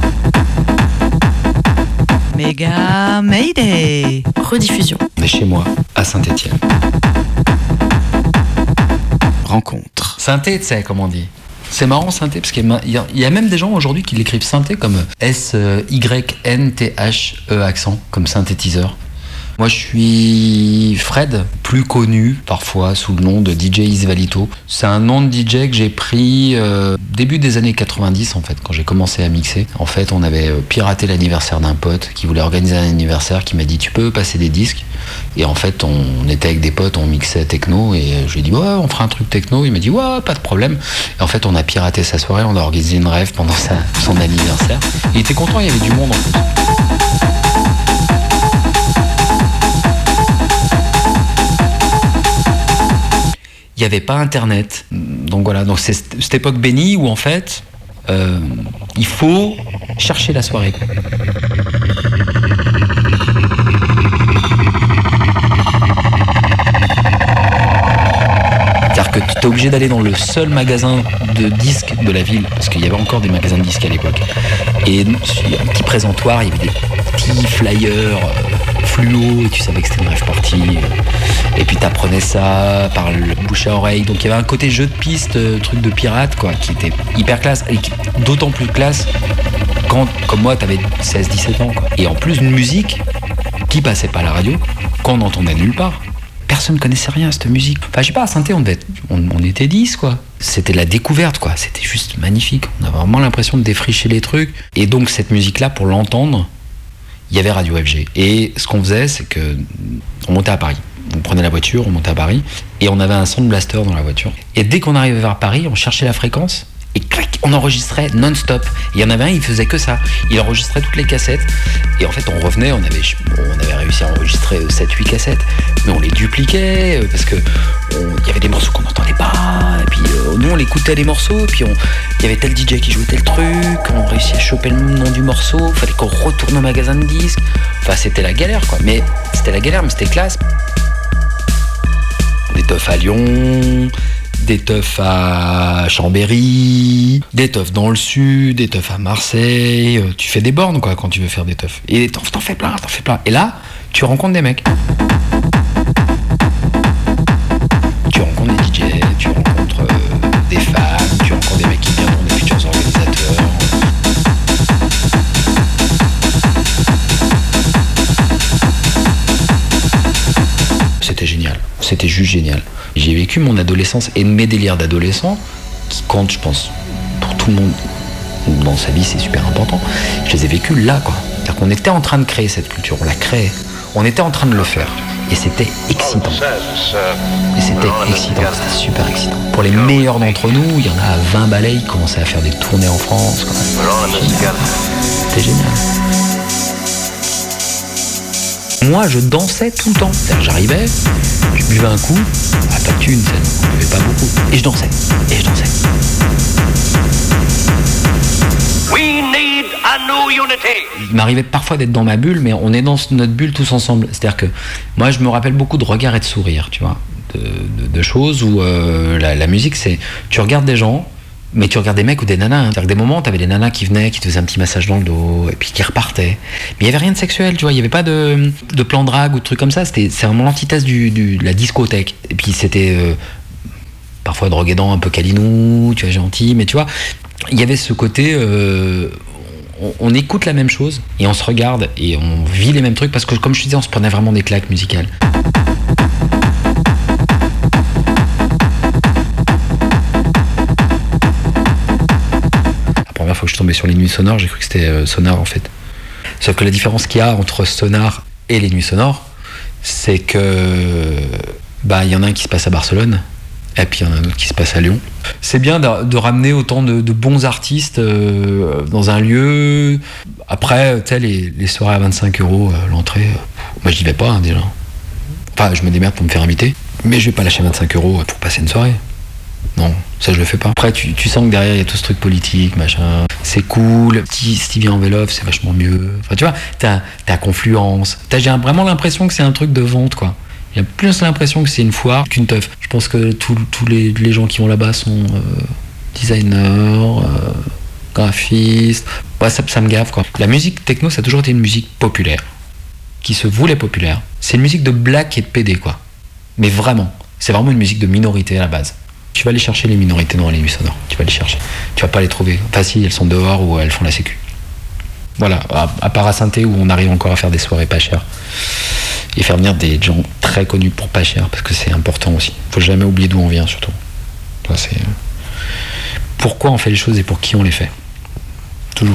Méga Mayday. Rediffusion. On est chez moi, à Saint-Etienne. Rencontre. Synthé, tu sais, comme on dit. C'est marrant, synthé, parce qu'il y a, il y a même des gens aujourd'hui qui l'écrivent synthé comme S Y N T H E accent, comme synthétiseur. Moi, je suis Fred, plus connu parfois sous le nom de D J Isvalito. C'est un nom de D J que j'ai pris euh, début des années quatre-vingt-dix, en fait, quand j'ai commencé à mixer. En fait, on avait piraté l'anniversaire d'un pote qui voulait organiser un anniversaire, qui m'a dit « Tu peux passer des disques ?» Et en fait, on, on était avec des potes, on mixait techno, et je lui ai dit « Ouais, on fera un truc techno. » Il m'a dit « Ouais, pas de problème. » Et en fait, on a piraté sa soirée, on a organisé une rave pendant sa, son anniversaire. Il était content, il y avait du monde, en fait. Il n'y avait pas internet, donc voilà, donc c'est cette époque bénie où en fait euh, il faut chercher la soirée. C'est-à-dire que tu es obligé d'aller dans le seul magasin de disques de la ville, parce qu'il y avait encore des magasins de disques à l'époque, et un petit présentoir, il y avait des petits flyers fluo, et tu savais que c'était une rave party. Et puis t'apprenais ça par le bouche à oreille. Donc il y avait un côté jeu de piste, truc de pirate, quoi, qui était hyper classe. Et d'autant plus classe quand, comme moi, t'avais seize dix-sept ans, quoi. Et en plus, une musique qui passait pas à la radio, qu'on n'entendait nulle part. Personne connaissait rien à cette musique. Enfin, je sais pas, à Saint-Étienne, on, devait être, on, on était dix, quoi. C'était la découverte, quoi. C'était juste magnifique. On avait vraiment l'impression de défricher les trucs. Et donc, cette musique-là, pour l'entendre, il y avait Radio F G. Et ce qu'on faisait, c'est que on montait à Paris. On prenait la voiture, on montait à Paris, et on avait un sound blaster dans la voiture. Et dès qu'on arrivait vers Paris, on cherchait la fréquence, Et clac, on enregistrait non-stop. Il y en avait un, il faisait que ça. Il enregistrait toutes les cassettes. Et en fait, on revenait, on avait, bon, on avait réussi à enregistrer sept huit cassettes. Mais on les dupliquait parce que il y avait des morceaux qu'on n'entendait pas. Et puis euh, nous, on écoutait les morceaux. Et puis il y avait tel D J qui jouait tel truc. On réussit à choper le nom du morceau. Il fallait qu'on retourne au magasin de disques. Enfin, c'était la galère, quoi. Mais c'était la galère, mais c'était classe. Des teufs à Lyon, des teufs à Chambéry, des teufs dans le sud, des teufs à Marseille. Tu fais des bornes, quoi, quand tu veux faire des teufs. Et t'en, t'en fais plein, t'en fais plein. Et là, tu rencontres des mecs. Tu rencontres des D J, tu rencontres euh, des femmes, tu rencontres des mecs qui viendront des futurs organisateurs. C'était génial, c'était juste génial. J'ai vécu mon adolescence et mes délires d'adolescent, qui comptent, je pense, pour tout le monde dans sa vie, c'est super important. Je les ai vécus là, quoi. C'est-à-dire qu'on était en train de créer cette culture, on l'a créée, on était en train de le faire. Et c'était excitant. Et c'était excitant, c'était super excitant. Pour les meilleurs d'entre nous, il y en a à vingt balais, ils commençaient à faire des tournées en France. C'était génial. Moi, je dansais tout le temps. C'est-à-dire, j'arrivais, je buvais un coup, ah, pas de thune, ça ne buvait pas beaucoup. Et je dansais, et je dansais. We need a new unity. Il m'arrivait parfois d'être dans ma bulle, mais on est dans notre bulle tous ensemble. C'est-à-dire que moi, je me rappelle beaucoup de regards et de sourires, tu vois, de, de, de choses où euh, la, la musique, c'est, tu regardes des gens, mais tu regardes des mecs ou des nanas. Hein. C'est-à-dire que des moments, t'avais des nanas qui venaient, qui te faisaient un petit massage dans le dos, et puis qui repartaient. Mais il n'y avait rien de sexuel, tu vois. Il n'y avait pas de, de plan drague ou de trucs comme ça. C'était, c'est vraiment l'antithèse du, du, de la discothèque. Et puis c'était euh, parfois droguédant, un peu câlinou, tu vois, gentil. Mais tu vois, il y avait ce côté... Euh, on, on écoute la même chose, et on se regarde, et on vit les mêmes trucs, parce que, comme je te disais, on se prenait vraiment des claques musicales. La première fois que je suis tombé sur les nuits sonores, j'ai cru que c'était euh, Sonar en fait. Sauf que la différence qu'il y a entre Sonar et les nuits sonores, c'est que bah il y en a un qui se passe à Barcelone, et puis il y en a un autre qui se passe à Lyon. C'est bien de, de ramener autant de, de bons artistes euh, dans un lieu. Après, tu sais, les, les soirées à vingt-cinq euros euh, l'entrée, euh, moi j'y vais pas hein, déjà. Enfin, je me démerde pour me faire inviter, mais je vais pas lâcher vingt-cinq euros pour passer une soirée. Non, ça je le fais pas. Après tu, tu sens que derrière il y a tout ce truc politique, machin. C'est cool, petit Stevie Envelope, c'est vachement mieux. Enfin tu vois, t'as, t'as Confluence. T'as, j'ai vraiment l'impression que c'est un truc de vente quoi. Il y a plus l'impression que c'est une foire qu'une teuf. Je pense que tous les, les gens qui vont là-bas sont euh, designers, euh, graphistes. Ouais, ça, ça me gave quoi. La musique techno ça a toujours été une musique populaire, qui se voulait populaire. C'est une musique de black et de pédé quoi. Mais vraiment, c'est vraiment une musique de minorité à la base. Tu vas aller chercher les minorités dans les nuits sonores. Tu vas les chercher. Tu vas pas les trouver. Enfin si, elles sont dehors ou elles font la sécu. Voilà, à, à part à Saint-Étienne où on arrive encore à faire des soirées pas chères. Et faire venir des gens très connus pour pas cher, parce que c'est important aussi. Faut jamais oublier d'où on vient surtout. Ça, c'est... Pourquoi on fait les choses et pour qui on les fait. Toujours.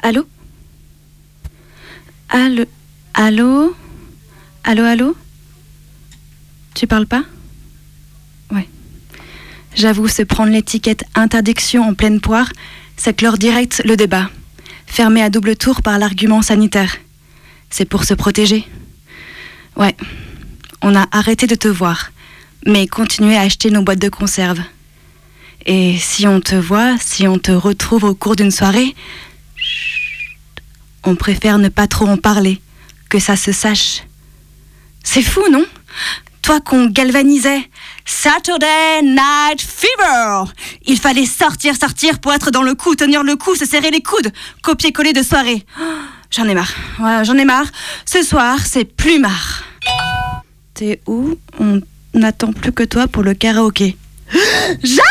Allô? Allô? Allô? Allô, allô? Tu parles pas? Ouais. J'avoue, se prendre l'étiquette interdiction en pleine poire, c'est clore direct le débat. Fermé à double tour par l'argument sanitaire. C'est pour se protéger. Ouais. On a arrêté de te voir, mais continué à acheter nos boîtes de conserve. Et si on te voit, si on te retrouve au cours d'une soirée, chut, on préfère ne pas trop en parler, que ça se sache. C'est fou, non? Toi qu'on galvanisait. Saturday Night Fever. Il fallait sortir, sortir pour être dans le coup, tenir le coup, se serrer les coudes, copier-coller de soirée. Oh, j'en ai marre. Ouais, j'en ai marre. Ce soir, c'est plus marre. T'es où? On n'attend plus que toi pour le karaoké. J'arrive!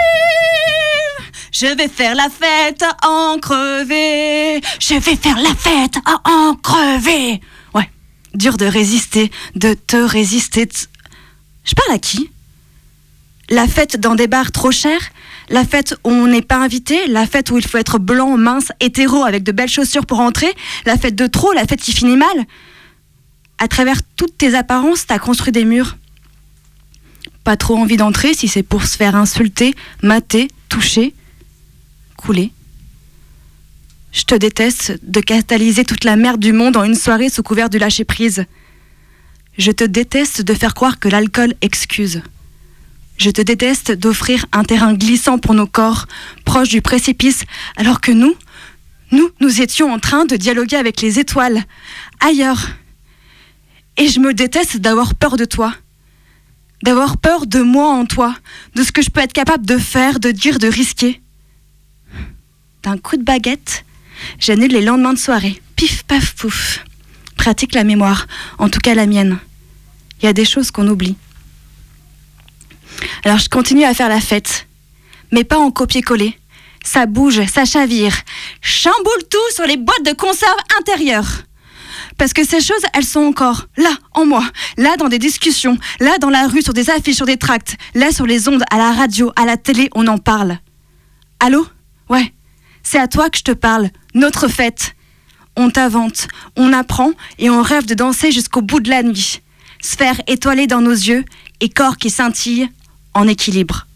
Je vais faire la fête à en crever. Je vais faire la fête à en crever. Ouais, dur de résister, de te résister. T- Je parle à qui? La fête dans des bars trop chers? La fête où on n'est pas invité? La fête où il faut être blanc, mince, hétéro, avec de belles chaussures pour entrer? La fête de trop? La fête qui finit mal? À travers toutes tes apparences, t'as construit des murs. Pas trop envie d'entrer si c'est pour se faire insulter, mater, toucher, couler. Je te déteste de catalyser toute la merde du monde en une soirée sous couvert du lâcher-prise. Je te déteste de faire croire que l'alcool excuse. Je te déteste d'offrir un terrain glissant pour nos corps, proches du précipice, alors que nous, nous, nous étions en train de dialoguer avec les étoiles, ailleurs. Et je me déteste d'avoir peur de toi. D'avoir peur de moi en toi, de ce que je peux être capable de faire, de dire, de risquer. D'un coup de baguette, j'annule les lendemains de soirée. Pif, paf, pouf. Pratique la mémoire, en tout cas la mienne. Il y a des choses qu'on oublie. Alors je continue à faire la fête, mais pas en copier-coller. Ça bouge, ça chavire. Chamboule tout sur les boîtes de conserve intérieures. Parce que ces choses, elles sont encore là, en moi, là dans des discussions, là dans la rue, sur des affiches, sur des tracts, là sur les ondes, à la radio, à la télé, on en parle. Allô? Ouais, c'est à toi que je te parle, notre fête. On t'invente, on apprend et on rêve de danser jusqu'au bout de la nuit. Sphère étoilée dans nos yeux et corps qui scintille en équilibre.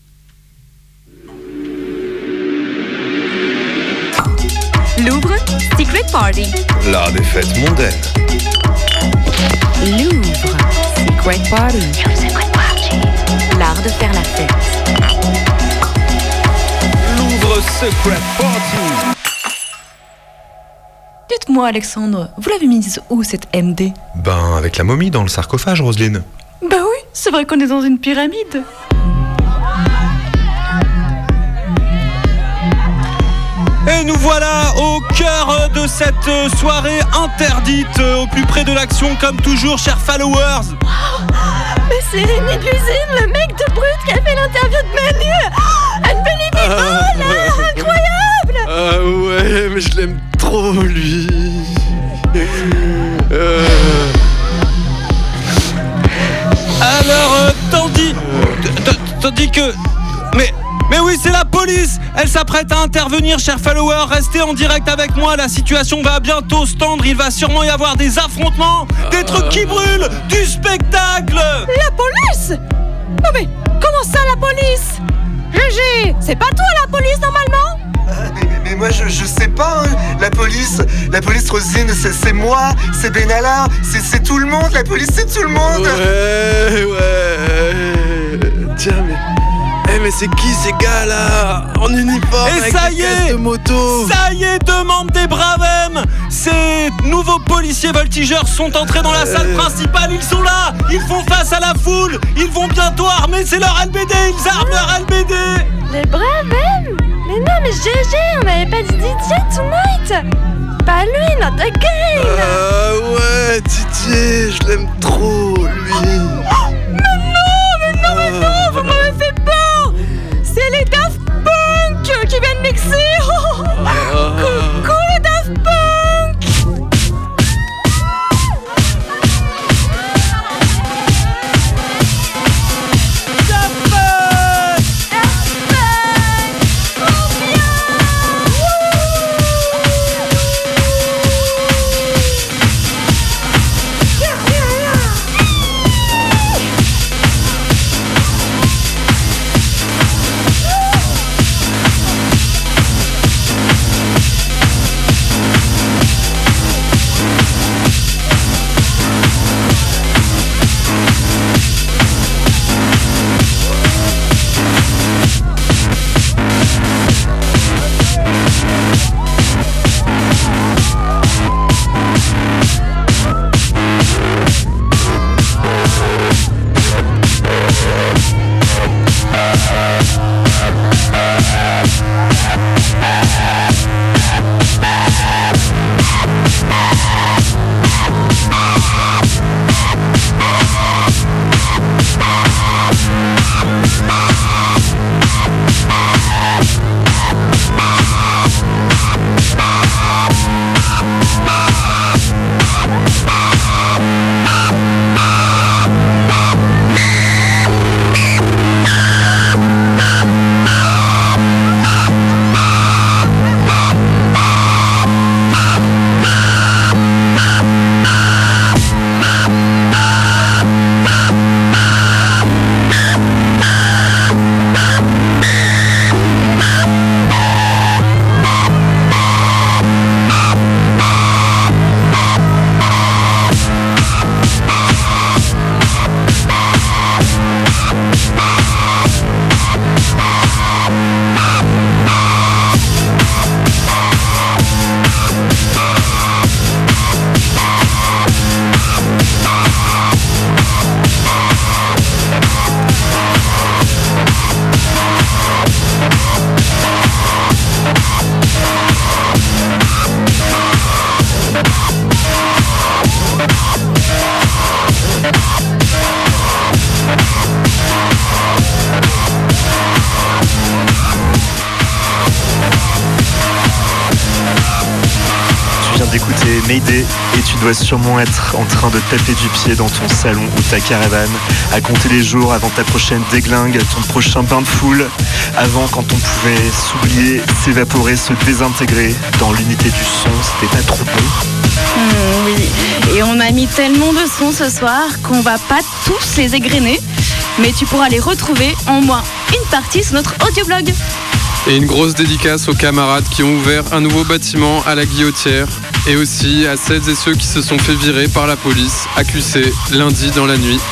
Louvre Secret Party. L'art des fêtes mondaines. Louvre Secret Party. L'art de faire la fête. Louvre Secret Party. Dites-moi Alexandre, vous l'avez mise où cette M D? Ben, avec la momie dans le sarcophage, Roselyne. Bah oui, c'est vrai qu'on est dans une pyramide. Et nous voilà au cœur de cette soirée interdite, au plus près de l'action comme toujours, chers followers. Oh, mais c'est Rémi de l'usine, le mec de Brut qui a fait l'interview de Manu. Oh, unbelievable, euh... incroyable. Ah ouais, mais je l'aime trop lui. Euh... Alors, euh, tandis, tandis que... Mais... Mais oui, c'est la police! Elle s'apprête à intervenir, chers followers. Restez en direct avec moi, la situation va bientôt se tendre. Il va sûrement y avoir des affrontements, des trucs qui brûlent, du spectacle! La police? Non mais, comment ça la police? Gégé, c'est pas toi la police normalement? Ah, mais, mais, mais moi je, je sais pas, hein. La police, la police Rosine, c'est, c'est moi, c'est Benalla, c'est, c'est tout le monde, la police c'est tout le monde! Ouais, ouais... Tiens, mais... Eh mais c'est qui ces gars là en uniforme et avec ça des y est, casques de moto? Ça y est, deux membres des Bravem, ces nouveaux policiers voltigeurs sont entrés dans la salle principale. Ils sont là, ils font face à la foule, ils vont bientôt armer, c'est leur L B D, ils arment leur L B D. Les Bravem? Mais non mais G G, on avait pas dit Didier tonight. Pas lui, not again. Ah ouais, Didier, je l'aime trop lui. Oh, mais non, mais non, mais non, vous m'avez fait peur. C'est les Daft Punk qui viennent mixer. Oh, coucou les Daft Punk. Daft Punk. Daft Punk. Trop bien. d'écouter Mayday et tu dois sûrement être en train de taper du pied dans ton salon ou ta caravane, à compter les jours avant ta prochaine déglingue, ton prochain bain de foule, avant quand on pouvait s'oublier, s'évaporer, se désintégrer dans l'unité du son, c'était pas trop bon. Mmh, oui, et on a mis tellement de sons ce soir qu'on va pas tous les égrener, mais tu pourras les retrouver en moins une partie sur notre audioblog. Et une grosse dédicace aux camarades qui ont ouvert un nouveau bâtiment à la Guillotière et aussi à celles et ceux qui se sont fait virer par la police à Q C lundi dans la nuit.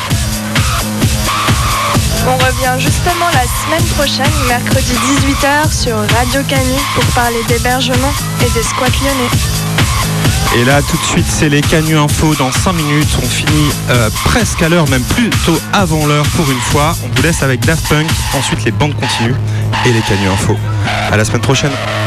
On revient justement la semaine prochaine, mercredi dix-huit heures sur Radio Canu pour parler d'hébergement et des squats lyonnais. Et là, tout de suite, c'est les Canu Info dans cinq minutes. On finit euh, presque à l'heure, même plutôt avant l'heure pour une fois. On vous laisse avec Daft Punk, ensuite les bandes continuent et les Canu Info. À la semaine prochaine.